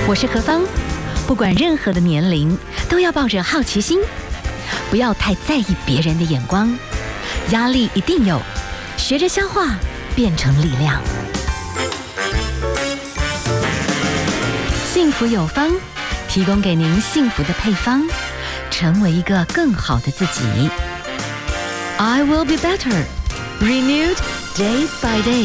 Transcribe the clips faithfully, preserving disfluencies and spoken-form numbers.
我是何芳，不管任何的年龄，都要抱着好奇心，不要太在意别人的眼光，压力一定有，学着消化，变成力量。幸福有方，提供给您幸福的配方，成为一个更好的自己。I will be better, renewed day by day。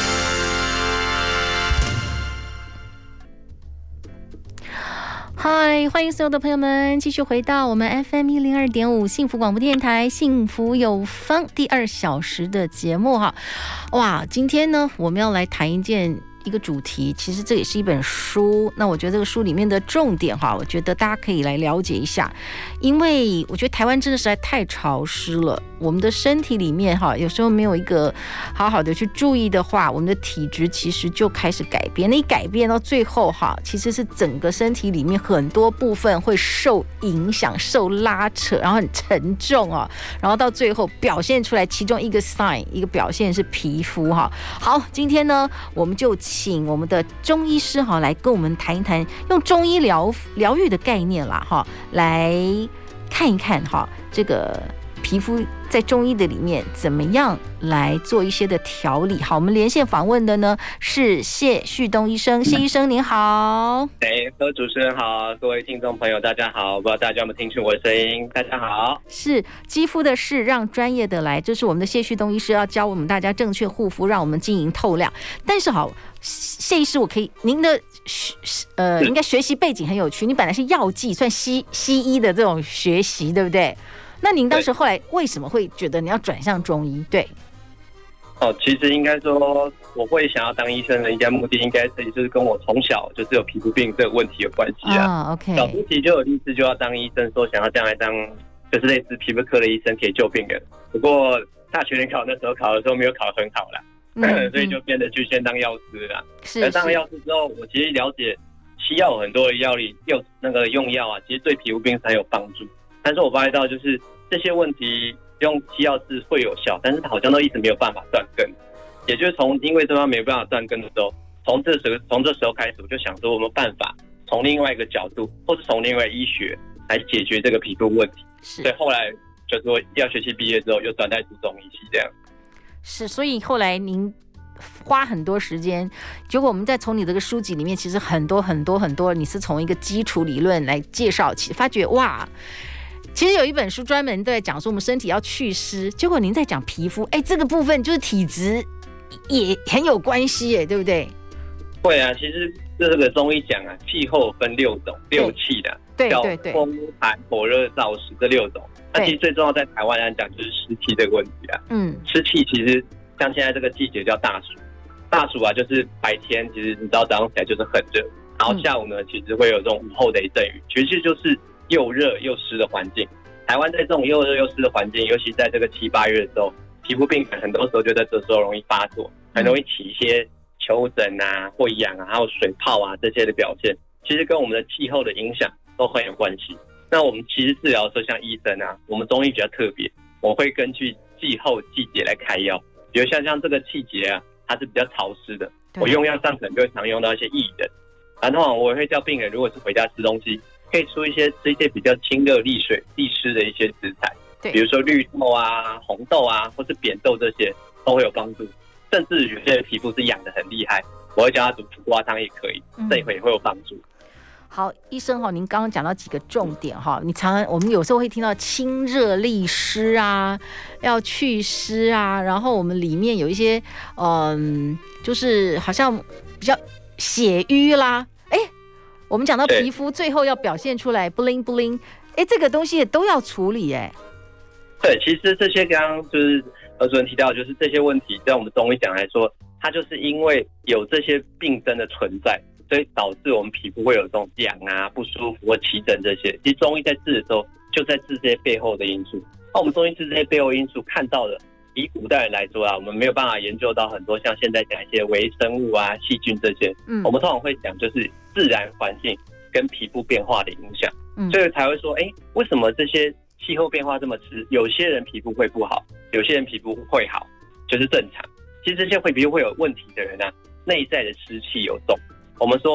嗨，欢迎所有的朋友们继续回到我们 F M 一零二点五幸福广播电台幸福有方第二小时的节目哈。哇，今天呢我们要来谈一件一个主题，其实这也是一本书。那我觉得这个书里面的重点哈，我觉得大家可以来了解一下，因为我觉得台湾真的实在太潮湿了，我们的身体里面哈，有时候没有一个好好的去注意的话，我们的体质其实就开始改变。那一改变到最后哈，其实是整个身体里面很多部分会受影响、受拉扯，然后很沉重哦，然后到最后表现出来，其中一个 sign 一个表现是皮肤哈。好，今天呢，我们就请我们的中医师哈来跟我们谈一谈，用中医疗疗愈的概念啦哈，来看一看哈这个皮肤在中医的里面怎么样来做一些的调理。好，我们连线访问的呢是谢旭东医生，谢医生您好。 哎，各位主持人好，各位听众朋友大家好，不知道大家有没有听出我的声音？大家好。 是肌肤的事让专业的来，这是我们的谢旭东医师要教我们大家正确护肤，让我们晶莹透亮。但是好，谢医师，我可以，您的呃应该学习背景很有趣，你本来是药剂，算西西医的这种学习，对不对？那您当时后来为什么会觉得你要转向中医？对， 哦，其实应该说，我会想要当医生的应该目的，应该是就是跟我从小就是有皮肤病这个问题有关系啊。 哦 OK， 小时候其实就有立志就要当医生，说想要将来当就是类似皮肤科的医生，可以救病人。不过大学联考那时候考的时候没有考得很好啦，嗯、所以就变得去先当药师啦。是，当了药师之后，我其实了解西药有很多的药理用那个用药啊，其实对皮肤病是很有帮助。但是我发现到就是这些问题用西药是会有效，但是好像都一直没有办法断根。也就是从因为这方面没有办法断根的时候，从这时从这时候开始，我就想说我们办法从另外一个角度，或是从另外医学来解决这个皮肤问题。所以后来就说医药学系毕业之后，又转在读中医系这样。 是，所以后来您花很多时间，结果我们再从你这个书籍里面，其实很多很多很多，你是从一个基础理论来介绍起，发觉哇。其实有一本书专门在讲说我们身体要祛湿，结果您在讲皮肤，哎，这个部分就是体质也很有关系耶，对不对？ 会啊，其实这个中医讲啊，气候分六种，六气的， 对对对， 风寒火热燥湿这六种。那其实最重要在台湾来讲就是湿气这个问题啊。嗯，湿气其实像现在这个季节叫大暑，大暑啊就是白天其实你知道早上起来就是很热，然后下午呢、嗯、其实会有这种午后雷阵雨，其实就是又热又湿的环境。台湾在这种又热又湿的环境，尤其在这个七八月的时候，皮肤病很多时候就在这时候容易发作，很容易起一些丘疹啊、会痒啊，还有水泡啊这些的表现，其实跟我们的气候的影响都很有关系。那我们其实治疗的时候，像医生啊，我们中医比较特别，我会根据气候季节来开药。比如像像这个季节啊，它是比较潮湿的，我用药上可能就会常用到一些薏仁。然后我也会叫病人，如果是回家吃东西，可以出一些吃一些比较清热利水利湿的一些食材，比如说绿豆啊、红豆啊，或是扁豆，这些都会有帮助。甚至有些人皮肤是痒的很厉害，我会叫他煮苦瓜汤也可以，这一回也会有帮助。 好，医生哈，您刚刚讲到几个重点哈，你常常我们有时候会听到清热利湿啊，要祛湿啊，然后我们里面有一些嗯，就是好像比较血瘀啦，哎，我们讲到皮肤最后要表现出来 bling bling， 哎，这个东西也都要处理哎。 对，其实这些刚刚就是何主任提到，就是这些问题，在我们中医讲来说，它就是因为有这些病症的存在。所以导致我们皮肤会有这种痒啊、不舒服或起疹这些。其实中医在治的时候，就在治这些背后的因素。那我们中医治这些背后因素看到的，以古代人来说啊，我们没有办法研究到很多像现在讲一些微生物啊、细菌这些。嗯，我们通常会讲就是自然环境跟皮肤变化的影响。嗯，所以才会说，哎，为什么这些气候变化这么迟？有些人皮肤会不好，有些人皮肤会好，就是正常。其实这些会皮肤会有问题的人啊，内在的湿气有重。我们说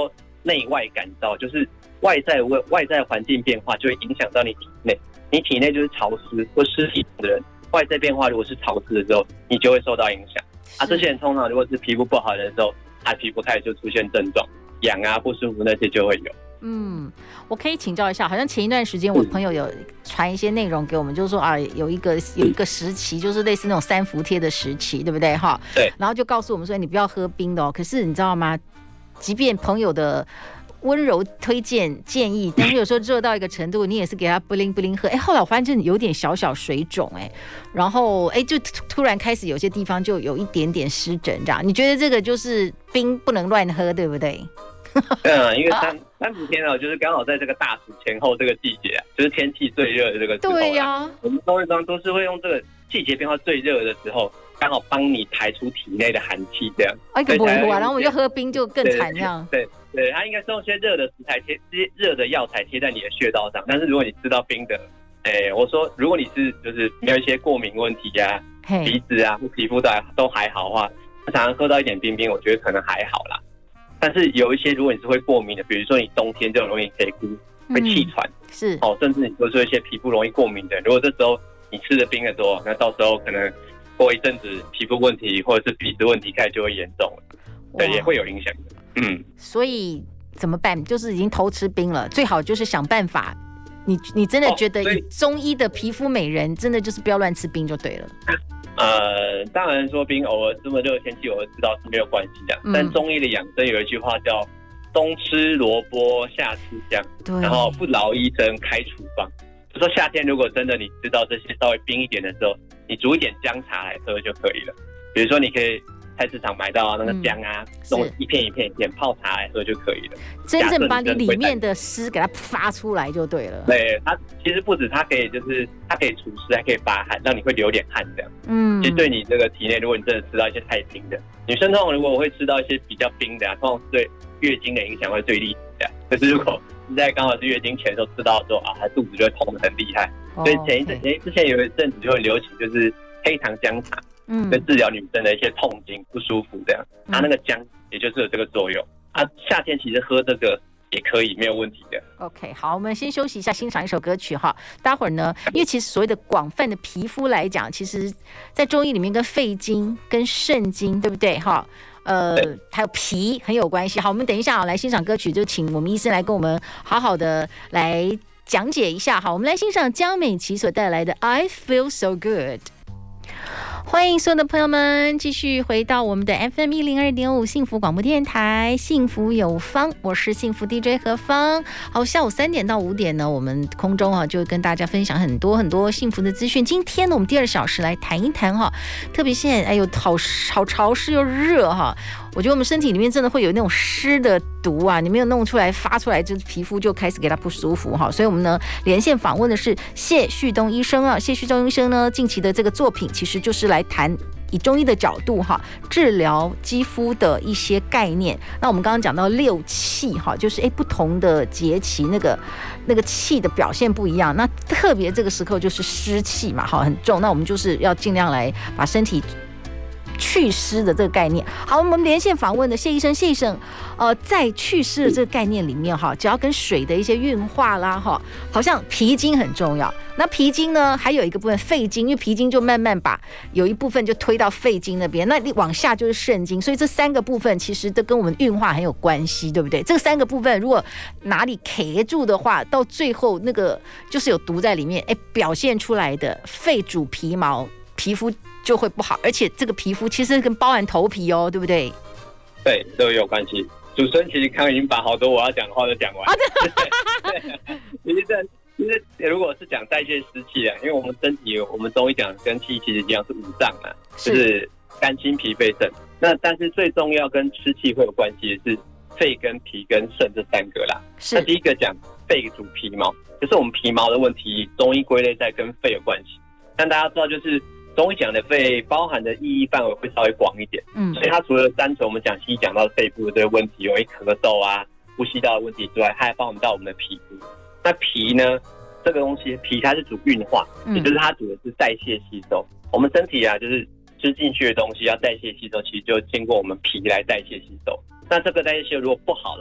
内外感召，就是外在外在环境变化就会影响到你体内，你体内就是潮湿或湿体的人，外在变化如果是潮湿的时候，你就会受到影响。啊，这些人通常如果是皮肤不好的时候，他皮肤开始就出现症状，痒啊不舒服那些就会有。 嗯，我可以请教一下，好像前一段时间我朋友有传一些内容给我们，就是说啊，有一个有一个时期，就是类似那种三伏贴的时期，对不对哈？ 对。 然后就告诉我们说，你不要喝冰的哦。可是你知道吗？即便朋友的温柔推荐建议，但是有时候热到一个程度，你也是给他不灵不灵喝。哎，后来我发现真的有点小小水肿，哎，然后哎，就突然开始有些地方就有一点点湿疹，这样。你觉得这个就是冰不能乱喝，对不对？ 嗯，因为三三伏天啊，就是刚好在这个大暑前后这个季节啊，就是天气最热的这个时候。 对呀、啊， 我们中医章都是会用这个季节变化最热的时候，刚好帮你排出体内的寒气，这样。 哎，不会啊，然后我们就喝冰就更惨这样。 对 对, 对，它应该是用些热的食材贴，热的药材贴在你的穴道上。但是如果你吃到冰的，哎，我说如果你是就是没有一些过敏问题啊，鼻子啊或皮肤都还都还好的话，常常喝到一点冰冰，我觉得可能还好啦。但是有一些，如果你是会过敏的，比如说你冬天就容易肺哭、会气喘， 嗯、是哦，甚至你说说一些皮肤容易过敏的，如果这时候你吃的冰的多，那到时候可能过一阵子皮肤问题或者是鼻子问题开始就会严重了，对，也会有影响的。嗯， 所以怎么办？就是已经偷吃冰了，最好就是想办法。你你真的觉得以中医的皮肤美人，真的就是不要乱吃冰就对了。 呃，当然说冰偶尔这么热的天气，偶尔知道是没有关系的。嗯、但中医的养生有一句话叫“冬吃萝卜，夏吃姜”，然后不劳医生开处方。就说夏天如果真的你知道这些稍微冰一点的时候，你煮一点姜茶来喝就可以了。比如说你可以菜市场买到那个姜啊，弄、嗯、一片一片一片泡茶来喝就可以了。 真正把你里面的湿给它发出来就对了。 对，它其实不止它可以，就是它可以除湿，还可以发汗，让你会流点汗这样。嗯，其实对你这个体内，如果你真的吃到一些太冰的，女生通常如果我会吃到一些比较冰的啊，通常是对月经的影响会最厉害的。可是如果是在刚好是月经前的时候吃到的时候啊，它肚子就会痛得很厉害。哦、所以前一阵、okay. 之前有一阵子就很流行，就是黑糖姜茶。嗯，跟治疗女生的一些痛经不舒服这样，它那个姜也就是有这个作用。啊，夏天其实喝这个也可以，没有问题的。 OK， 好，我们先休息一下，欣赏一首歌曲哈。待会儿呢，因为其实所谓的广泛的皮肤来讲，其实在中医里面跟肺经、跟肾经，对不对哈？呃，还有脾很有关系。好，我们等一下来欣赏歌曲，就请我们医生来跟我们好好的来讲解一下。好，我们来欣赏江美琪所带来的《I Feel So Good》。欢迎所有的朋友们继续回到我们的 F M 一零二点五幸福广播电台，幸福有方，我是幸福 D J 何芳。好，下午三点到五点呢，我们空中啊就跟大家分享很多很多幸福的资讯。今天呢，我们第二小时来谈一谈哈，特别现在哎呦好好潮湿又热哈，我觉得我们身体里面真的会有那种湿的毒啊，你没有弄出来发出来，就是皮肤就开始给它不舒服哈。所以我们呢连线访问的是谢旭东医生啊，谢旭东医生呢近期的这个作品其实就是来谈以中医的角度哈，治疗肌肤的一些概念。那我们刚刚讲到六气哈，就是哎不同的节气那个那个气的表现不一样，那特别这个时候就是湿气嘛，哈很重，那我们就是要尽量来把身体祛湿的这个概念。好，我们连线访问的谢医生，谢医生，呃，在祛湿的这个概念里面哈，只要跟水的一些运化啦哈，好像脾经很重要。那脾经呢，还有一个部分肺经，因为脾经就慢慢把有一部分就推到肺经那边，那你往下就是肾经，所以这三个部分其实都跟我们运化很有关系，对不对？这三个部分如果哪里卡住的话，到最后那个就是有毒在里面，哎，表现出来的肺主皮毛，皮肤就会不好，而且这个皮肤其实跟包含头皮哦，对不对？ 对，都有关系。主持人其实刚刚已经把好多我要讲的话都讲完。啊、对，其实这其实如果是讲代谢湿气啊，因为我们身体我们中医讲跟气其实一样是五脏啊，就是肝心脾肺肾。那但是最重要跟湿气会有关系的是肺跟脾跟肾这三个啦。那第一个讲肺主皮毛，就是我们皮毛的问题，中医归类在跟肺有关系。但大家知道就是。中医讲的肺包含的意义范围会稍微广一点，嗯，所以它除了单纯我们讲西医讲到肺部的这个问题，容易咳嗽啊、呼吸道的问题之外，它还包含到我们的皮肤。那脾呢，这个东西脾它是主运化，也就是它主的是代谢吸收。我们身体啊，就是吃进去的东西要代谢吸收，其实就经过我们脾来代谢吸收。那这个代谢吸收如果不好的话，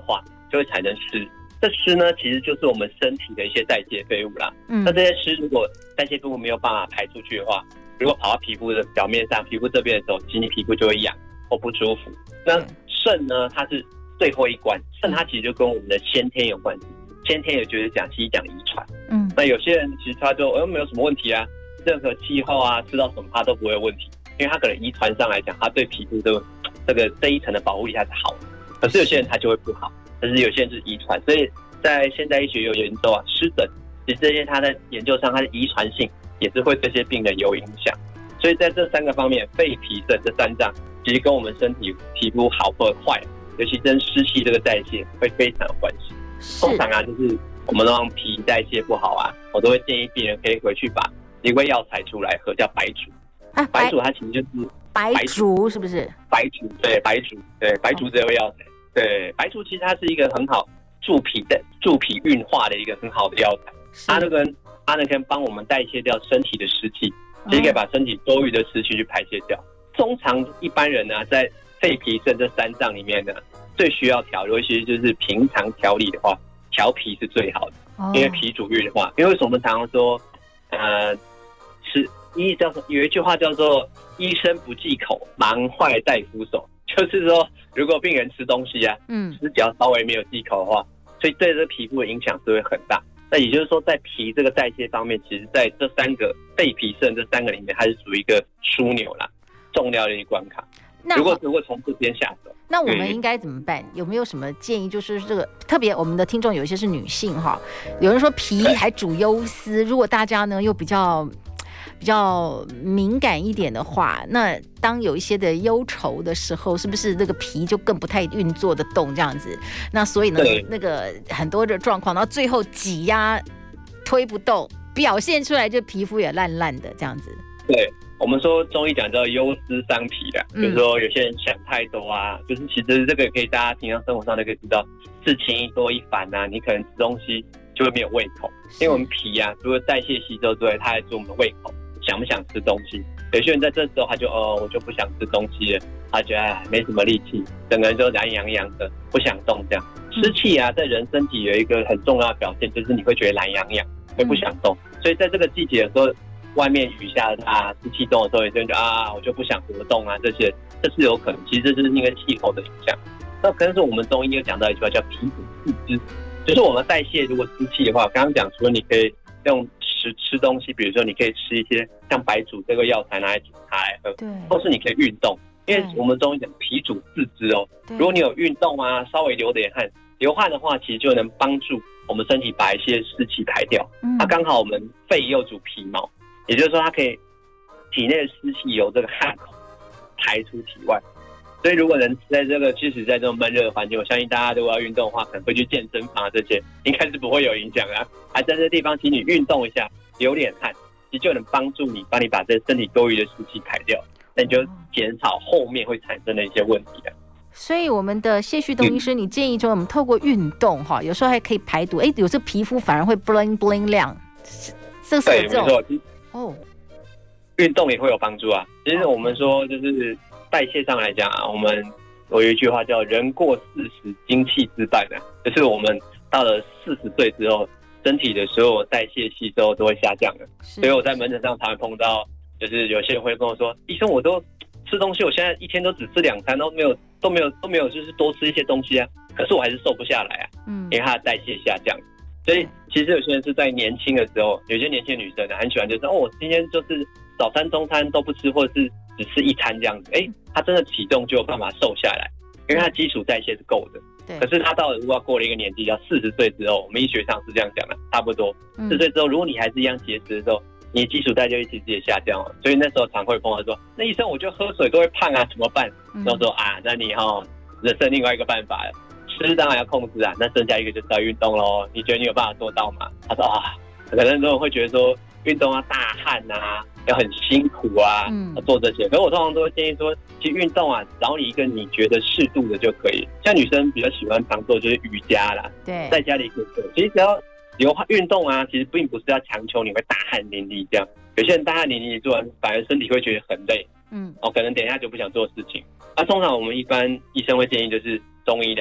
就会产生湿。这湿呢，其实就是我们身体的一些代谢废物啦。嗯，那这些湿如果代谢废物没有办法排出去的话，如果跑到皮肤的表面上、皮肤这边的时候，其实你皮肤就会痒或不舒服。那肾呢，它是最后一关，肾它其实就跟我们的先天有关系。先天也就是讲，其实讲遗传。嗯，那有些人其实他就呃没有什么问题啊，任何气候啊，吃到什么他都不会有问题，因为他可能遗传上来讲，他对皮肤的这个这一层的保护力它是好的。可是有些人他就会不好。但是有些人是遗传，所以在现代医学有研究啊，湿疹其实这些它在研究上它的遗传性也是会这些病人有影响。所以在这三个方面，肺、脾、肾这三脏其实跟我们身体皮肤好或坏，尤其跟湿气这个代谢会非常有关系。通常啊，就是我们让脾代谢不好啊，我都会建议病人可以回去把一味药材出来喝，叫白术。啊， 白术它其实就是白术，是不是？ 白术，对，白术，对，白术这味药材。对，白术其实它是一个很好助脾的、助脾运化的一个很好的药材，它那个它能可以帮我们代谢掉身体的湿气，其实可以把身体多余的湿气去排泄掉。通常一般人呢、啊，在肺、脾、肾这三脏里面呢，最需要调，尤其就是平常调理的话，调脾是最好的，因为脾主运化。因为为什么我们常常说，呃，是医叫做有一句话叫做“医生不忌口，忙坏大夫手”。就是说，如果病人吃东西啊，嗯，只要稍微没有忌口的话，所以对这个皮肤的影响是会很大。那也就是说，在脾这个代谢方面，其实在这三个肺、脾、肾这三个里面，它是属于一个枢纽啦，重要的一个关卡。如果如果从这边下手， 那我们应该怎么办？有没有什么建议？就是这个特别我们的听众有一些是女性哈，有人说脾还主忧思，如果大家呢又比较。比较敏感一点的话，那当有一些的忧愁的时候，是不是这个脾就更不太运作得动这样子？那所以呢，那个很多的状况，然后最后挤压推不动，表现出来就皮肤也烂烂的这样子。 对，我们说中医讲叫忧思伤脾的，嗯、就是说有些人想太多啊，就是其实这个可以大家平常生活上都可以知道，事情一多一烦啊，你可能吃东西就会没有胃口，因为我们脾啊，除了代谢吸收之外，它还是我们的胃口。想不想吃东西？有些人在这时候他就哦，我就不想吃东西了，他觉得哎没什么力气，整个人就懒洋洋的，不想动这样。湿气啊，在人身体有一个很重要的表现，就是你会觉得懒洋洋，会不想动。所以在这个季节的时候，外面雨下大，湿气重的时候，有些人就啊，我就不想活动啊，这些这是有可能。其实这是因为气候的影响。那可能是我们中医有讲到一句话叫脾主四肢，就是我们代谢如果湿气的话，刚刚讲说你可以用。吃吃东西，比如说你可以吃一些像白术这个药材拿来煮茶来喝，对，或是你可以运动，因为我们中医讲脾主四肢哦。如果你有运动啊，稍微流点汗，流汗的话，其实就能帮助我们身体把一些湿气排掉。嗯、它刚好我们肺又主皮毛，也就是说它可以体内的湿气由这个汗孔排出体外。所以如果能在这个即使在这种闷热的环境，我相信大家如果要运动的话，可能会去健身房啊，这些应该是不会有影响啊。还在这个地方，请你运动一下，流点汗，其实就能帮助你，帮你把这身体多余的湿气排掉，那你就减少后面会产生的一些问题了。 所以我们的谢旭东医师，你建议说我们透过运动哈，有时候还可以排毒，哎，有时候皮肤反而会 bling bling 亮，这是有这种哦， 运动也会有帮助啊。其实我们说就是代谢上来讲啊，我们我有一句话叫人过四十精气之半啊，就是我们到了四十岁之后，身体的所有代谢吸收都会下降了。所以我在门诊上常会碰到，就是有些人会跟我说，医生我都吃东西，我现在一天都只吃两餐，都没有都没有都没有就是多吃一些东西啊，可是我还是瘦不下来啊，嗯，因为他的代谢下降。所以其实有些人是在年轻的时候，有些年轻的女生呢很喜欢就是哦，我今天就是早餐中餐都不吃，或者是只吃一餐这样子，哎，她真的体重就有办法瘦下来，因为她基础代谢是够的。可是她到了如果过了一个年纪，叫四十岁之后，我们医学上是这样讲的，差不多四十岁之后，如果你还是一样节食的时候，你的基础代谢其实也下降了。所以那时候常会碰到说，那医生我就喝水都会胖啊，怎么办？然后说啊，那你哈人生另外一个办法了，吃当然要控制啊，那剩下一个就是要运动咯。你觉得你有办法做到吗？他说啊，可能很多人会觉得说运动要大汗啊，要很辛苦啊，嗯、要做这些。可是我通常都会建议说，其实运动啊，找你一个你觉得适度的就可以。像女生比较喜欢常做就是瑜伽啦，对，在家里可以做。其实只要有运动啊，其实并不是要强求你会大汗淋漓这样。有些人大汗淋漓做完，反而身体会觉得很累，嗯，哦，可能等一下就不想做事情。那、啊、通常我们一般医生会建议就是中医的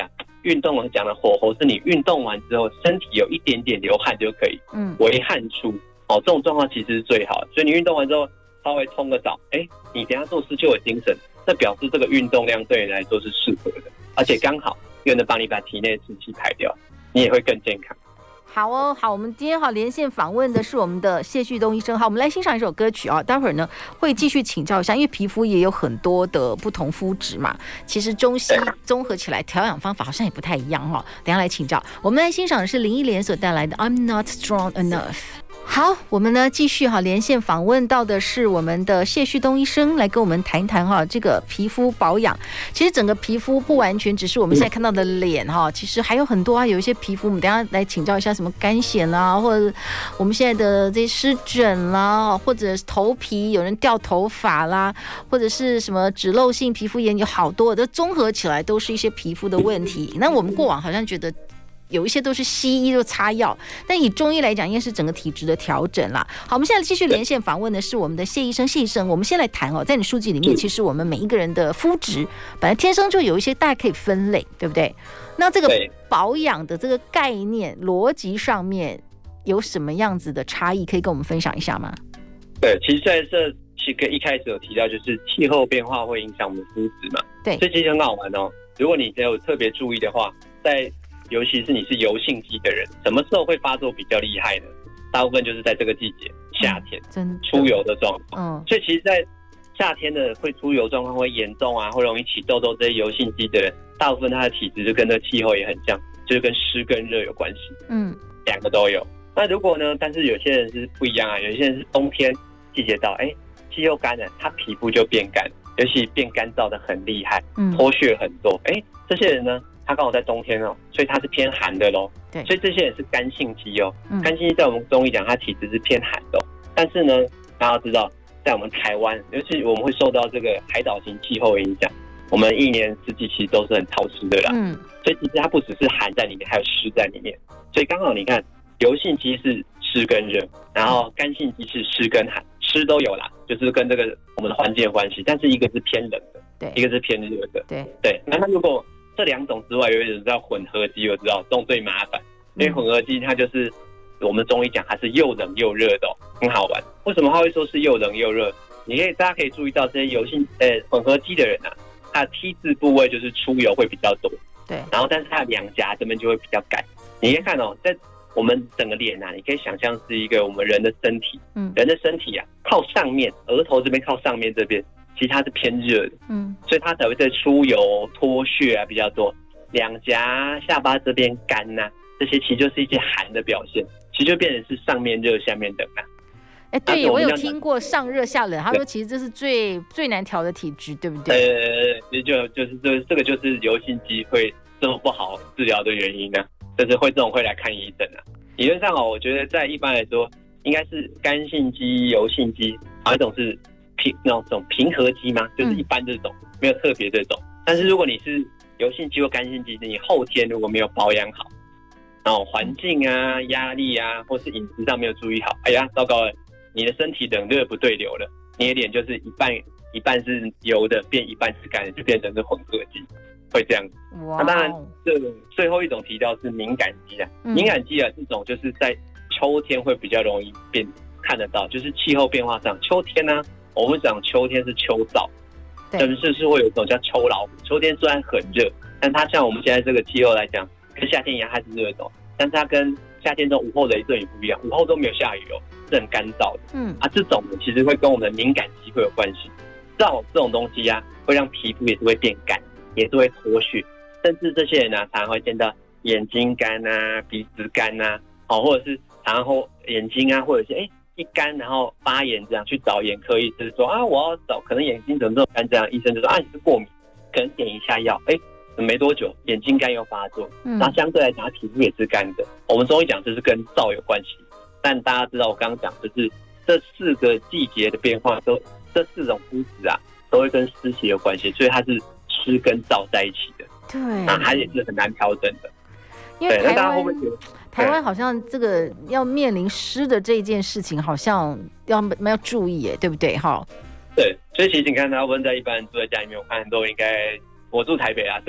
运动讲的火候是你运动完之后身体有一点点流汗就可以，嗯，微汗出哦，这种状况其实是最好的。所以你运动完之后稍微冲个澡，哎，你等一下做事就有精神，这表示这个运动量对你来说是适合的，而且刚好又能帮你把体内的湿气排掉，你也会更健康。 好哦，好，我们今天好连线访问的是我们的谢旭东医生。好，我们来欣赏一首歌曲啊，待会儿呢会继续请教一下，因为皮肤也有很多的不同肤质嘛，其实中西综合起来调养方法好像也不太一样哈、哦。等一下来请教，我们来欣赏的是林忆莲所带来的《I'm Not Strong Enough》。好，我们呢继续哈连线访问到的是我们的谢旭东医生，来跟我们谈一谈哈这个皮肤保养。其实整个皮肤不完全只是我们现在看到的脸哈，其实还有很多啊，有一些皮肤我们等一下来请教一下什么干癣啦，或者我们现在的这些湿疹啦，或者头皮有人掉头发啦，或者是什么脂漏性皮肤炎，有好多的综合起来都是一些皮肤的问题。那我们过往好像觉得有一些都是西医就擦药，但以中医来讲应该是整个体质的调整啦。好，我们现在继续连线访问的是我们的谢医生。谢医生，我们先来谈哦，在你书籍里面，其实我们每一个人的肤质本来天生就有一些大家可以分类，对不对？那这个保养的这个概念逻辑上面有什么样子的差异，可以跟我们分享一下吗？ 对，其实在这其实一开始有提到，就是气候变化会影响我们肤质嘛。 对， 这其实很好玩哦。如果你只有特别注意的话，在尤其是你是油性肌的人，什么时候会发作比较厉害呢？大部分就是在这个季节，夏天，嗯、出油的状况。嗯，所以其实，在夏天的会出油状况会严重啊，会容易起痘痘，这些油性肌的人，大部分他的体质就跟这气候也很像，就是跟湿跟热有关系。嗯，两个都有。那如果呢？但是有些人是不一样啊，有些人是冬天季节到，哎，气候干了，他皮肤就变干，尤其变干燥的很厉害，嗯，脱屑很多。哎，这些人呢？他刚好在冬天哦，所以他是偏寒的咯。对，所以这些人是干性肌哦。嗯、干性肌在我们中医讲，他体质是偏寒的、哦。但是呢，大家要知道，在我们台湾，尤其我们会受到这个海岛型气候的影响，我们一年四季其实都是很潮湿的啦。嗯，所以其实它不只是寒在里面，还有湿在里面。所以刚好你看，油性肌是湿跟热，然后干性肌是湿跟寒，湿都有啦，就是跟这个我们的环境有关系。但是一个是偏冷的，对，一个是偏热的。对对，那他如果这两种之外，有一种叫混合肌，我知道这种最麻烦，因为混合肌它就是我们中医讲它是又冷又热的、哦，很好玩。为什么他会说是又冷又热？你可以大家可以注意到这些油性呃混合肌的人啊，他的 T 字部位就是出油会比较多，对，然后但是他的两颊这边就会比较干。你可以看哦，在我们整个脸啊，你可以想象是一个我们人的身体，嗯，人的身体啊靠上面，额头这边靠上面这边。其实它是偏热的，嗯，所以它才会在出油、脱屑啊比较多。两颊、下巴这边干呐、啊，这些其实就是一些寒的表现，其实就变成是上面热、下面冷啊。 哎，对，我有听过上热下冷，他说其实这是最最难调的体质，对不对？ 呃，就就是这这个就是油性肌会这么不好治疗的原因呢、啊，就是会这种会来看医生啊。理论上哦，我觉得在一般来说，应该是干性肌、油性肌，还有一种是。平那种平和肌吗？就是一般这种、嗯、没有特别这种。但是如果你是油性肌或干性肌，你后天如果没有保养好，然后环境啊、压力啊，或是饮食上没有注意好，哎呀，糟糕了，你的身体冷热不对流了，你的脸就是一半一半是油的，变一半是干的，就变成是混合肌，会这样子。那当然，这种最后一种提到是敏感肌啊，嗯、敏感肌啊，这种就是在秋天会比较容易变看得到，就是气候变化上，秋天呢、啊。我们讲秋天是秋燥，但是是会有一种叫秋老虎。秋天虽然很热，但它像我们现在这个气候来讲，跟夏天一样，它是热的，但是它跟夏天中午后雷阵雨不一样，午后都没有下雨哦，是很干燥的。嗯啊，这种呢其实会跟我们的敏感肌会有关系。这种这种东西啊，会让皮肤也是会变干，也是会脱屑，甚至这些人呢、啊，常常会见到眼睛干啊、鼻子干啊，哦，或者是常常后眼睛啊，或者是哎。一干然后发炎，这样去找眼科医生说啊，我要找可能眼睛怎么这么干，这样医生就说啊你是过敏，可能点一下药，哎，没多久眼睛干又发作，嗯，然后相对来讲皮肤也是干的。我们中医讲这是跟燥有关系，但大家知道我刚刚讲就是这四个季节的变化都这四种肤质啊都会跟湿气有关系，所以它是湿跟燥在一起的，对，那它也是很难调整的。 因为台湾台湾好像这个要面临湿的这件事情，好像要要注意耶，对不对？哈， 对，所以其实你看，大部分在一般人住在家里面，我看很多应该我住台北啊，所以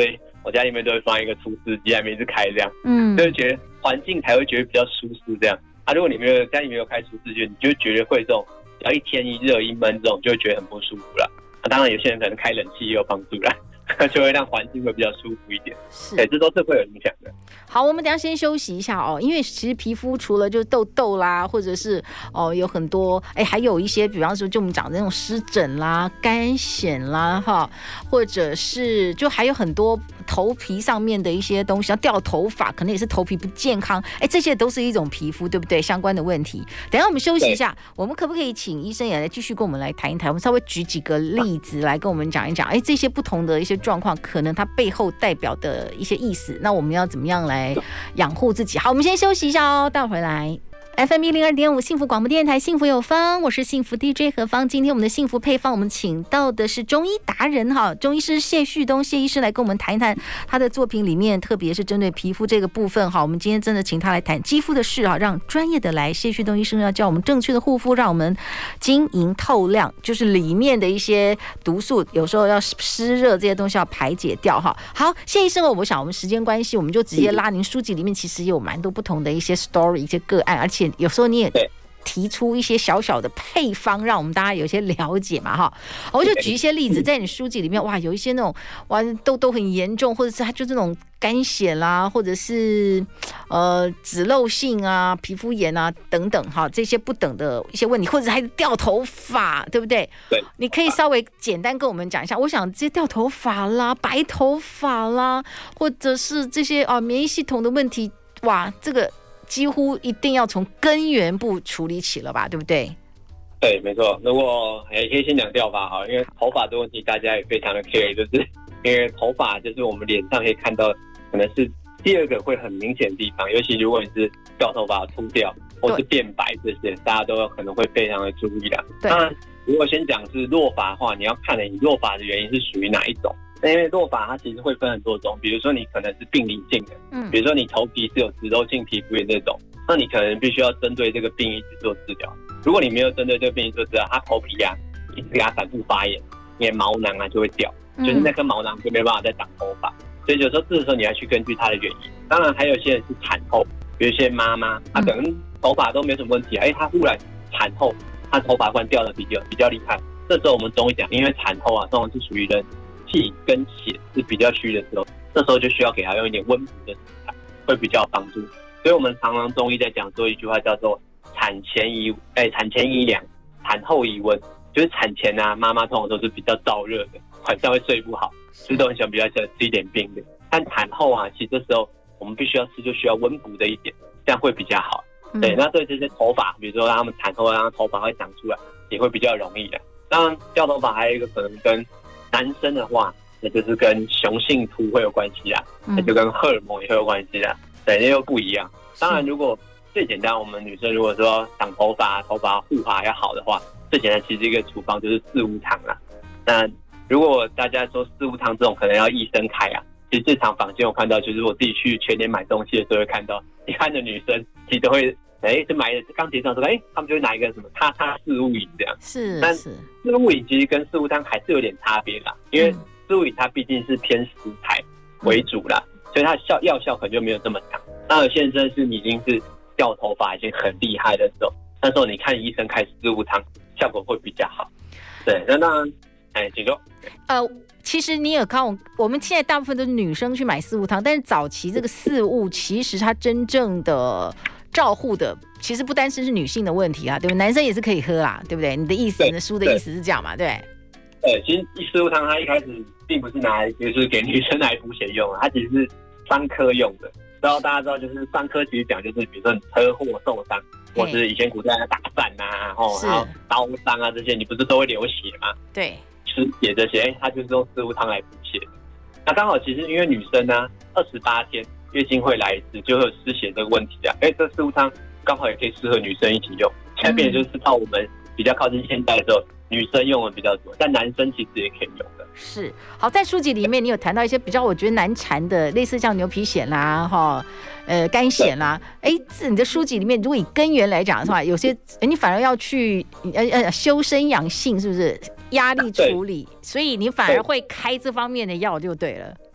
我家里面都会放一个除湿机，还没一直开这样，嗯，就是觉得环境才会觉得比较舒适这样。啊，如果你没有家里没有开除湿机，你就觉得会这种只要一天一热一闷这种，就会觉得很不舒服了。啊，当然有些人可能开冷气也有帮助啦。就会让环境会比较舒服一点，是，对，这都是会有影响的。 好，我们等一下先休息一下哦，因为其实皮肤除了就痘痘啦，或者是哦有很多，哎，还有一些，比方说就我们讲的那种湿疹啦、干癣啦，哈，或者是就还有很多头皮上面的一些东西，要掉头发，可能也是头皮不健康，哎，这些都是一种皮肤，对不对？相关的问题。等一下我们休息一下，我们可不可以请医生也来继续跟我们来谈一谈？我们稍微举几个例子来跟我们讲一讲，哎，这些不同的一些状况，可能它背后代表的一些意思，那我们要怎么样来养护自己？好，我们先休息一下哦，待会儿回来。F M 一零二点五幸福广播电台，幸福有方，我是幸福 D J 何方。今天我们的幸福配方，我们请到的是中医达人哈，中医师谢旭东谢医师来跟我们谈一谈他的作品里面，特别是针对皮肤这个部分哈。我们今天真的请他来谈肌肤的事哈，让专业的来，谢旭东医生要教我们正确的护肤，让我们晶莹透亮，就是里面的一些毒素，有时候要湿热这些东西要排解掉哈。好，谢医生，我想我们时间关系，我们就直接拉您书籍里面其实有蛮多不同的一些 story 一些个案，而且有时候你也提出一些小小的配方，让我们大家有些了解嘛哈。我就举一些例子，在你书籍里面，哇，有一些那种哇痘痘很严重，或者是它就这种干癣啦，或者是呃脂漏性啊、皮肤炎啊等等哈，这些不等的一些问题，或者还掉头发，对不对？ 对， 你可以稍微简单跟我们讲一下。我想这些掉头发啦、白头发啦，或者是这些啊免疫系统的问题，哇，这个几乎一定要从根源部处理起了吧，对不对？ 对，没错。如果也可以先讲掉发好，因为头发的问题大家也非常的 care， 就是因为头发就是我们脸上可以看到，可能是第二个会很明显的地方，尤其如果你是掉头发秃掉或是变白这些，大家都有可能会非常的注意啦。当然，如果先讲是落发的话，你要看你落发的原因是属于哪一种。因为落发它其实会分很多种，比如说你可能是病理性的，嗯，比如说你头皮是有脂漏性皮肤炎这种，那你可能必须要针对这个病因去做治疗。如果你没有针对这个病因做治疗，它头皮啊一直给它反复发炎，你的毛囊啊就会掉，就是那颗毛囊就没办法再长头发。所以有时候这个时候你要去根据它的原因。当然还有些人是产后，比如一些妈妈，她可能头发都没什么问题，哎，她忽然产后，她头发忽然掉的比较比较厉害。这时候我们中医讲，因为产后啊，通常是属于人气跟血是比较虚的时候，这时候就需要给他用一点温补的食材，会比较有帮助。所以我们常常中医在讲说一句话叫做产前宜哎产前宜凉，产后宜温。就是产前啊，妈妈通常都是比较燥热的，晚上会睡不好，所以都很喜欢比较喜欢吃一点冰的。但产后啊，其实这时候我们必须要吃，就需要温补的一点，这样会比较好。对，那对这些头发，比如说让他们产后让头发会长出来，也会比较容易的。当然，掉头发还有一个可能跟男生的话，那就是跟雄性秃会有关系啦，那就跟荷尔蒙也会有关系啦，对，那又不一样。当然，如果最简单，我们女生如果说长头发、头发护发要好的话，最简单其实一个处方就是四物汤啦。那如果大家说四物汤这种可能要医生开啊，其实最常坊间我看到就是我自己去全联买东西的时候会看到，一般的女生其实都会。哎，就买刚结账的时候，哎，他们就会拿一个什么叉叉四物饮这样。 是， 但四物饮其实跟四物汤还是有点差别啦，因为四物饮它毕竟是偏食材为主啦，嗯、所以它的效药效可能就没有这么强。那有些人真的是已经是掉头发已经很厉害的时候，那时候你看医生开四物汤，效果会比较好。对，那当然，哎，请说。 呃。其实你有看，我们现在大部分都是女生去买四物汤，但是早期这个四物其实它真正的照护的，其实不单是是女性的问题啊，对不对？男生也是可以喝啦，对不对？你的意思，你的书的意思是这样嘛？对。 对，其实四物汤它一开始并不是拿来就是给女生来补血用的，它其实是伤科用的。然后大家知道，就是伤科其实讲就是比如说你车祸受伤，或是以前古代的打战啊，哦，然后刀伤啊这些，你不是都会流血吗？ 对。 失血这些，哎，它就是用四物汤来补血的。那刚好，其实因为女生呢，二十八天月经会来一次，就会有失血这个问题啊。哎，这四物汤刚好也可以适合女生一起用。现在变成就是到我们比较靠近现代的时候，女生用的比较多，但男生其实也可以用的。 是，好，在书籍里面你有谈到一些比较我觉得难缠的，类似像牛皮癣啦，哈，呃，干癣啦。哎，是你的书籍里面，如果以根源来讲的话，有些你反而要去呃呃修身养性，是不是？压力处理，所以你反而会开这方面的药就对了。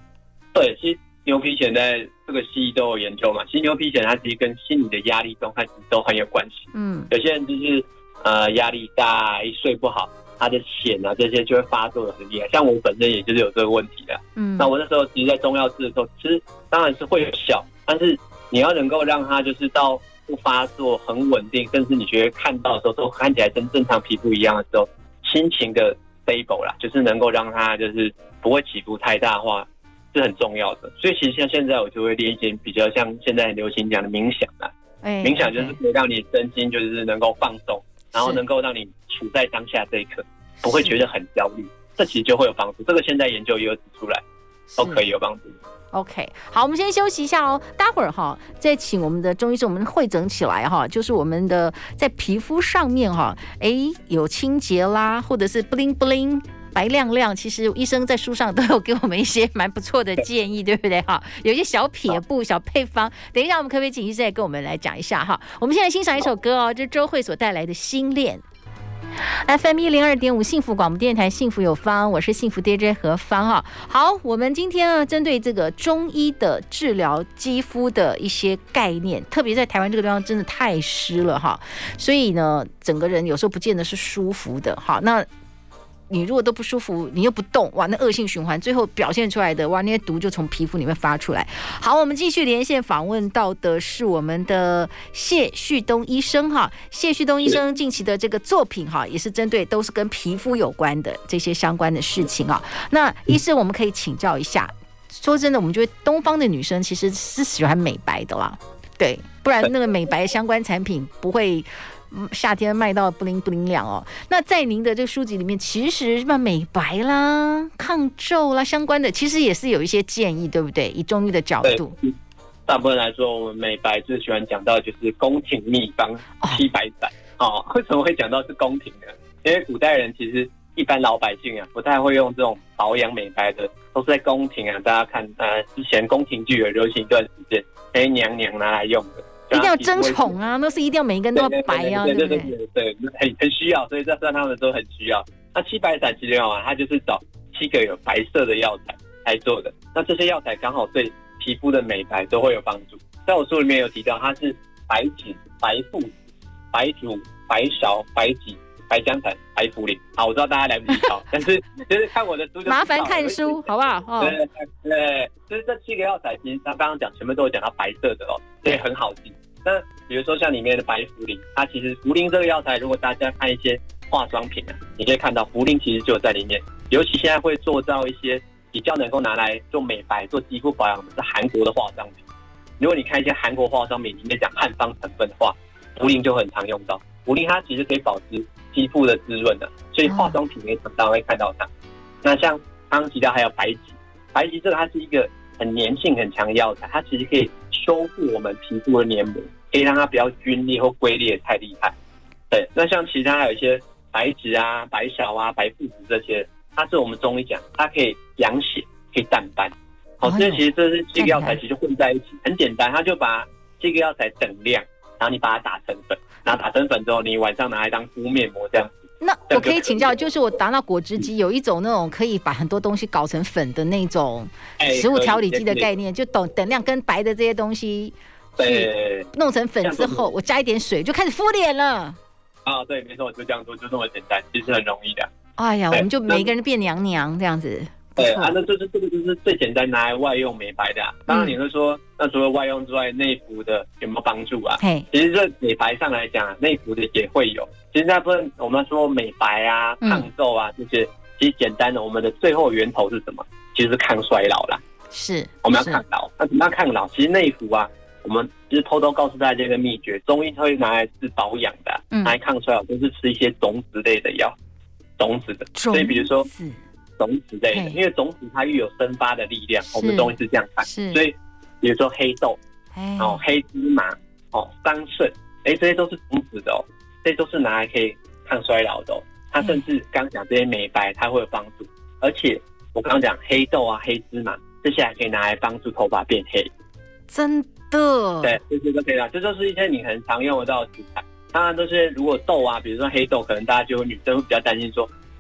对，其实牛皮癣在这个西医都有研究嘛。其实牛皮癣它其实跟心理的压力状态其实都很有关系。嗯，有些人就是呃压力大，一睡不好，他的癣啊这些就会发作的很厉害。像我本身也就是有这个问题的。嗯，那我那时候其实在中药治的时候，其实当然是会有效，但是你要能够让它就是到不发作很稳定，甚至你觉得看到的时候都看起来跟正常皮肤一样的时候，心情的 stable 啦，就是能够让它就是不会起伏太大化，是很重要的。所以其实像现在我就会练一些比较像现在很流行讲的冥想啦，欸、冥想就是可以让你身心就是能够放松，然后能够让你处在当下这一刻，不会觉得很焦虑，这其实就会有帮助。这个现在研究也有指出来，都可以有帮助。 OK， 好，我们先休息一下哦，待会儿哈再请我们的中医师，我们汇整起来哈，就是我们的在皮肤上面哈，哎有清洁啦，或者是 bling bling 白亮亮，其实医生在书上都有给我们一些蛮不错的建议，对不对哈？有一些小撇步、小配方，等一下我们可不可以请医生来跟我们来讲一下哈？我们现在欣赏一首歌哦，这是周蕙所带来的《心恋》。F M 一零二点五幸福广播电台，幸福有方，我是幸福 D J 何芳哈。好，我们今天啊，针对这个中医的治疗肌肤的一些概念，特别在台湾这个地方真的太湿了哈，所以呢，整个人有时候不见得是舒服的哈。那你如果都不舒服，你又不动，哇，那恶性循环，最后表现出来的，哇，那些毒就从皮肤里面发出来。好，我们继续连线访问到的是我们的谢旭东医生哈。谢旭东医生近期的这个作品哈，也是针对都是跟皮肤有关的这些相关的事情啊。那医生，我们可以请教一下，说真的，我们觉得东方的女生其实是喜欢美白的啦，对，不然那个美白相关产品不会夏天卖到不灵不灵亮哦。那在您的这个书籍里面，其实嘛美白啦、抗皱啦相关的，其实也是有一些建议，对不对？以中医的角度， 大部分来说，我们美白最喜欢讲到就是宫廷秘方七白散。哦，为什么会讲到是宫廷呢？因为古代人其实一般老百姓啊，不太会用这种保养美白的，都是在宫廷啊。大家看，呃，之前宫廷剧有流行一段时间，哎，娘娘拿来用的。 一定要争宠啊，那是一定要每一个人都要白啊， 对对对对 对, 对, 对，很很需要，所以这让他们都很需要。那七白散其实啊，它就是找七个有白色的药材来做的。那这些药材刚好对皮肤的美白都会有帮助。在我书里面有提到，它是白芷、白附子、白术、白芍、白芨、白姜檀、白茯苓。好，我知道大家来不及抄，但是就是看我的书就麻烦看书好不好？哦、 对对，就是这七个药材，其实他刚刚讲前面都有讲到白色的哦，所以很好记。那比如说像里面的白茯苓，它其实茯苓这个药材，如果大家看一些化妆品啊，你可以看到茯苓其实就有在里面。尤其现在会做到一些比较能够拿来做美白、做肌肤保养的是韩国的化妆品。如果你看一些韩国化妆品里面讲汉方成分的话，茯苓就很常用到。茯苓它其实可以保持肌肤的滋润的，所以化妆品也常常会看到它。那像刚刚提到还有白芨，白芨这个它是一个很粘性很强的药材，它其实可以修复我们皮肤的黏膜，可以让它不要皲裂或龟裂太厉害。对，那像其他还有一些白芷啊、白芍啊、白附子这些，它是我们中医讲，它可以养血，可以淡斑。好、哦，所以其实这是这个药材其实混在一起，很简单，它就把这个药材等量，然后你把它打成粉，然后打成粉之后，你晚上拿来当敷面膜这样子。 那我可以请教，就是我达到果汁机有一种那种可以把很多东西搞成粉的那种食物调理机的概念，就等等量跟白的这些东西去弄成粉之后，我加一点水就开始敷脸了。 啊，对，没错，就这样做，就这么简单，其实很容易的。 哎呀，我们就每个人变娘娘这样子。 对啊，那就是这个就是最简单拿来外用美白的、啊。当然你会说，嗯、那除了外用之外，内服的有没有帮助啊？其实这美白上来讲，内服的也会有。其实大部分我们说美白啊、抗皱啊这些，其实简单的，我们的最后源头是什么？其实是抗衰老啦。 是， 我们要抗老。那怎么样抗老？其实内服啊，我们其实偷偷告诉大家一个秘诀：中医会拿来治保养的、啊，嗯、拿来抗衰老，都是吃一些种子类的药，种子的。所以比如说。种子类的，因为种子它又有生发的力量，我们中医是这样看。所以，比如说黑豆，哦，黑芝麻，哦，桑葚，哎，这些都是种子的哦，这些都是拿来可以抗衰老的哦。它甚至刚讲这些美白，它会有帮助。而且我刚刚讲黑豆啊、黑芝麻，这些还可以拿来帮助头发变黑。 真的？ 对，这些都可以啦。这就是一些你很常用得到的食材。当然，这些如果豆啊，比如说黑豆，可能大家就女生会比较担心说。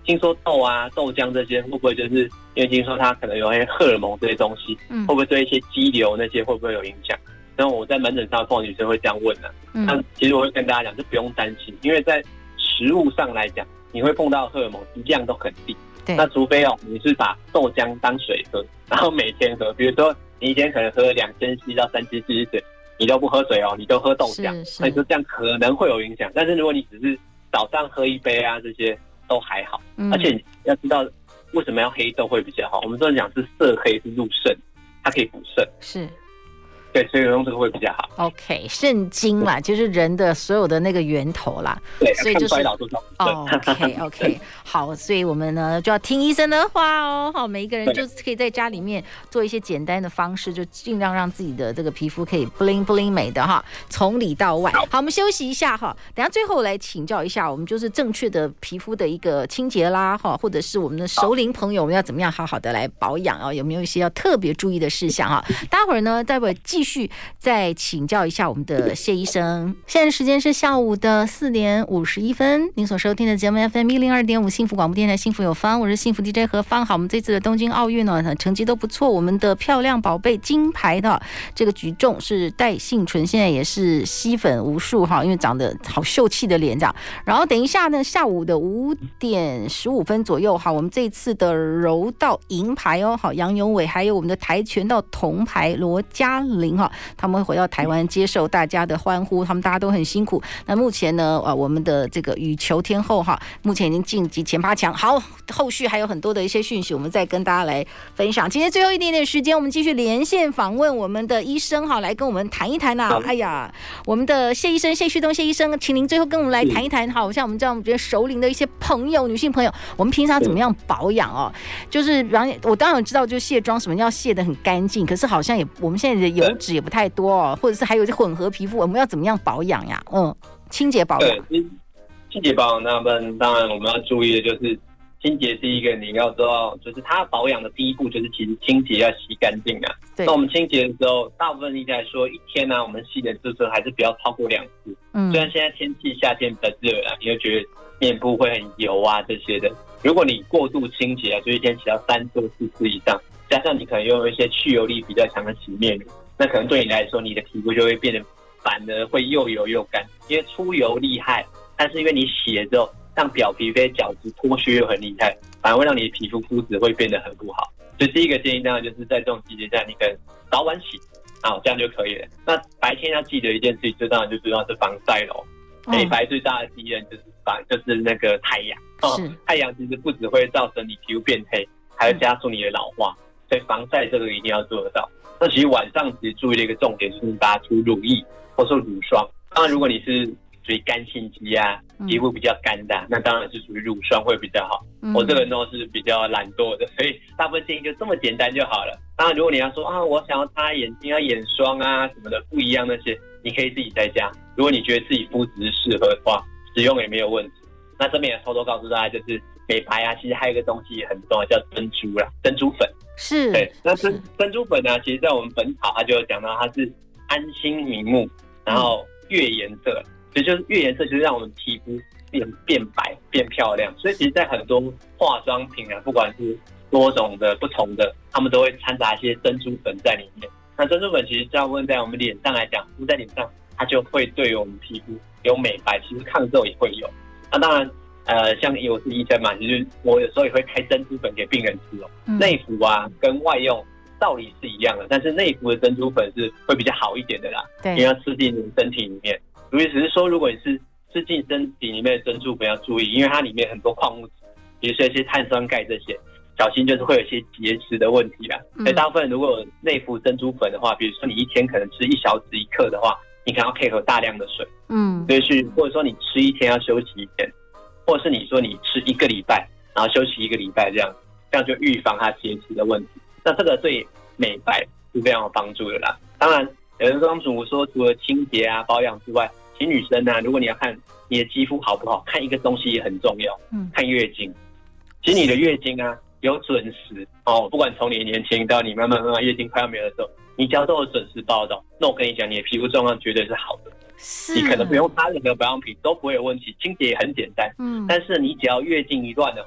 听说豆啊、豆浆这些会不会就是因为听说它可能有一些荷尔蒙这些东西，嗯、会不会对一些肌瘤那些会不会有影响？然后我在门诊上碰到女生会这样问呢、啊。嗯、那其实我会跟大家讲，就不用担心，因为在食物上来讲，你会碰到荷尔蒙量都很低。那除非哦，你是把豆浆当水喝，然后每天喝，比如说你一天可能喝两千 C 到三千 C 水，你都不喝水哦，你都喝豆浆，那你说这样可能会有影响。但是如果你只是早上喝一杯啊，这些都还好。嗯、而且你要知道为什么要黑豆会比较好，我们都讲是色黑是入肾，它可以补肾。 是。 对，所以用这个会比较好。 OK， 肾精啦，就是人的所有的那个源头啦。 对， 所以就是衰老多少。 哦 ，OK OK， 好，所以我们呢就要听医生的话哦。好，每一个人就是可以在家里面做一些简单的方式，就尽量让自己的这个皮肤可以 bling bling 美的哈，从里到外。好，我们休息一下哈，等一下最后来请教一下，我们就是正确的皮肤的一个清洁啦哈，或者是我们的熟龄朋友，我们要怎么样好好的来保养啊？有没有一些要特别注意的事项哈？待会儿呢，待会儿继续再请教一下我们的谢医生。现在时间是下午的四点五十一分，您所收听的节目 F M 一零二点五幸福广播电台，幸福有方，我是幸福 D J 何芳。好，我们这次的东京奥运呢，成绩都不错，我们的漂亮宝贝金牌的这个举重是戴幸纯，现在也是吸粉无数哈，因为长得好秀气的脸这样。然后等一下呢，下午的五点十五分左右，好，我们这次的柔道银牌哦，好，杨永伟，还有我们的跆拳道铜牌罗嘉玲哈。他们会回到台湾接受大家的欢呼，他们大家都很辛苦。那目前呢，呃，我们的这个羽球天后哈，目前已经晋级前八强。好，后续还有很多的一些讯息，我们再跟大家来分享。今天最后一点点时间，我们继续连线访问我们的医生哈，来跟我们谈一谈呐、啊。哎呀，我们的谢医生谢旭东谢医生，请您最后跟我们来谈一谈，好像我们这样比较熟龄的一些朋友，女性朋友，我们平常怎么样保养哦？就是比方我当然知道，就卸妆什么要卸得很干净，可是好像也我们现在的油脂也不太多、哦，或者是还有混合皮肤，我们要怎么样保养呀？嗯，清洁保养。 对，清洁保养那么当然我们要注意的就是清洁是一个你要知道，就是它保养的第一步就是其实清洁要洗干净啊。那我们清洁的时候，大部分应该说一天呢、啊，我们洗脸次数还是不要超过两次。嗯，虽然现在天气夏天比较热啊，你会觉得面部会很油啊这些的。如果你过度清洁啊，就一天洗到三次或四次以上，加上你可能用一些去油力比较强的洗面乳。那可能对你来说，你的皮肤就会变得反而会又油又干，因为出油厉害，但是因为你洗了之后，让表皮被角质脱屑又很厉害，反而会让你的皮肤肤质会变得很不好。所以第一个建议当然就是在这种季节下，你可能早晚洗，啊，这样就可以了。那白天要记得一件事情，最当然就主要是防晒咯。美白最大的敌人就是防，就是那个太阳。哦，太阳其实不只会造成你皮肤变黑，还会加速你的老化，所以防晒这个一定要做得到。那其实晚上其实注意的一个重点就是把它涂乳液或是乳霜。当然，如果你是属于干性肌啊，皮肤比较干的、啊，那当然是属于乳霜会比较好。嗯、我这个人都是比较懒惰的，所以大部分建议就这么简单就好了。当然，如果你要说啊，我想要擦眼睛、要眼霜啊什么的不一样那些，你可以自己在家。如果你觉得自己肤质适合的话，使用也没有问题。那这边也偷偷告诉大家，就是美白啊，其实还有一个东西也很重要，叫珍珠啦，珍珠粉。 是， 对，那珍珍珠粉呢，其实在我们本草它就有讲到，它是安心明目，然后越颜色，所以就是越颜色就是让我们皮肤变变白、变漂亮。所以其实，在很多化妆品啊，不管是多种的、不同的，他们都会掺杂一些珍珠粉在里面。那珍珠粉其实大部分在我们脸上来讲，敷在脸上，它就会对我们皮肤有美白，其实抗皱也会有。那当然。呃，像我是医生嘛，就是我有时候也会开珍珠粉给病人吃哦。内服啊，跟外用道理是一样的，但是内服的珍珠粉是会比较好一点的啦，因为要吃进你身体里面。所以只是说，如果你是吃进身体里面的珍珠粉要注意，因为它里面很多矿物质，比如说一些碳酸钙这些，小心就是会有一些结石的问题啦。所以大部分如果有内服珍珠粉的话，比如说你一天可能吃一小时一克的话，你可能要配合大量的水，嗯，所以去或者说你吃一天要休息一天。或者是你说你吃一个礼拜，然后休息一个礼拜，这样这样就预防它结石的问题。那这个对美白是非常有帮助的啦。当然，有人刚主说除了清洁啊、保养之外，其实女生啊，如果你要看你的肌肤好不好，看一个东西也很重要，嗯，看月经。其实你的月经啊有准时哦，不管从你年轻到你慢慢慢慢月经快要没有的时候，你只要都有准时报道，那我跟你讲，你的皮肤状况绝对是好的。你可能不用擦任何保养品都不会有问题，清洁也很简单。嗯，但是你只要月经一乱的话，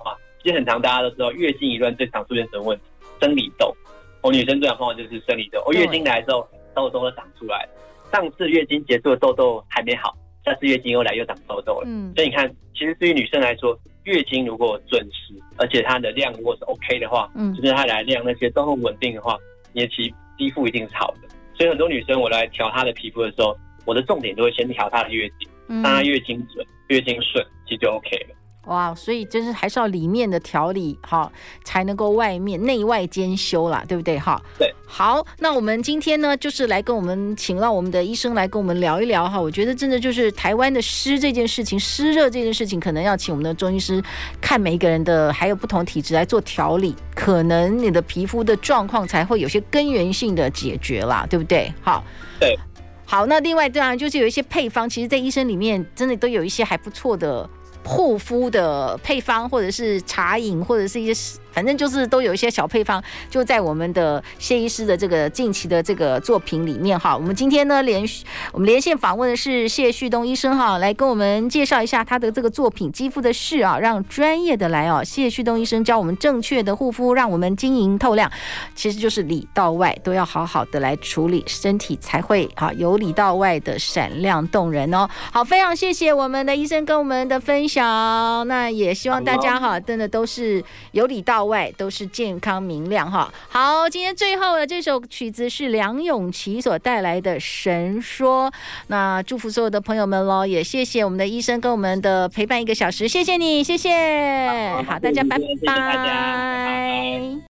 其实很常大家都知道，月经一乱最常出现什么问题？生理痘。我、哦、女生最常碰到就是生理痘。我、哦、月经来之后，痘痘都长出来了。上次月经结束的痘痘还没好，下次月经又来又长痘痘了。嗯，所以你看，其实对于女生来说，月经如果准时，而且它的量如果是 OK 的话，嗯，就是它来量那些痘痘稳定的话，你的皮肌肤一定是好的。所以很多女生我来调她的皮肤的时候，我的重点都会先调她的月经，让她月经准、月经顺，其实就 OK 了。 哇，所以就是还是要里面的调理哈，才能够外面内外兼修啦，对不对哈？ 对。 好，那我们今天呢，就是来跟我们请到我们的医生来跟我们聊一聊哈。我觉得真的就是台湾的湿这件事情，湿热这件事情，可能要请我们的中医师看每一个人的还有不同体质来做调理，可能你的皮肤的状况才会有些根源性的解决啦，对不对？好， 对。 好，那另外当然就是有一些配方，其实在医生里面真的都有一些还不错的护肤的配方，或者是茶饮，或者是一些反正就是都有一些小配方，就在我们的谢医师的这个近期的这个作品里面哈。我们今天呢连我们连线访问的是谢旭东医生哈，来跟我们介绍一下他的这个作品《肌肤的事》啊，让专业的来哦。谢旭东医生教我们正确的护肤，让我们晶莹透亮，其实就是里到外都要好好的来处理，身体才会好由里到外的闪亮动人哦。好，非常谢谢我们的医生跟我们的分享，那也希望大家哈真的都是由里到外都是健康明亮哈。好，今天最后的这首曲子是梁咏琪所带来的《神说》，那祝福所有的朋友们咯，也谢谢我们的医生跟我们的陪伴一个小时，谢谢你，谢谢。好，大家拜拜。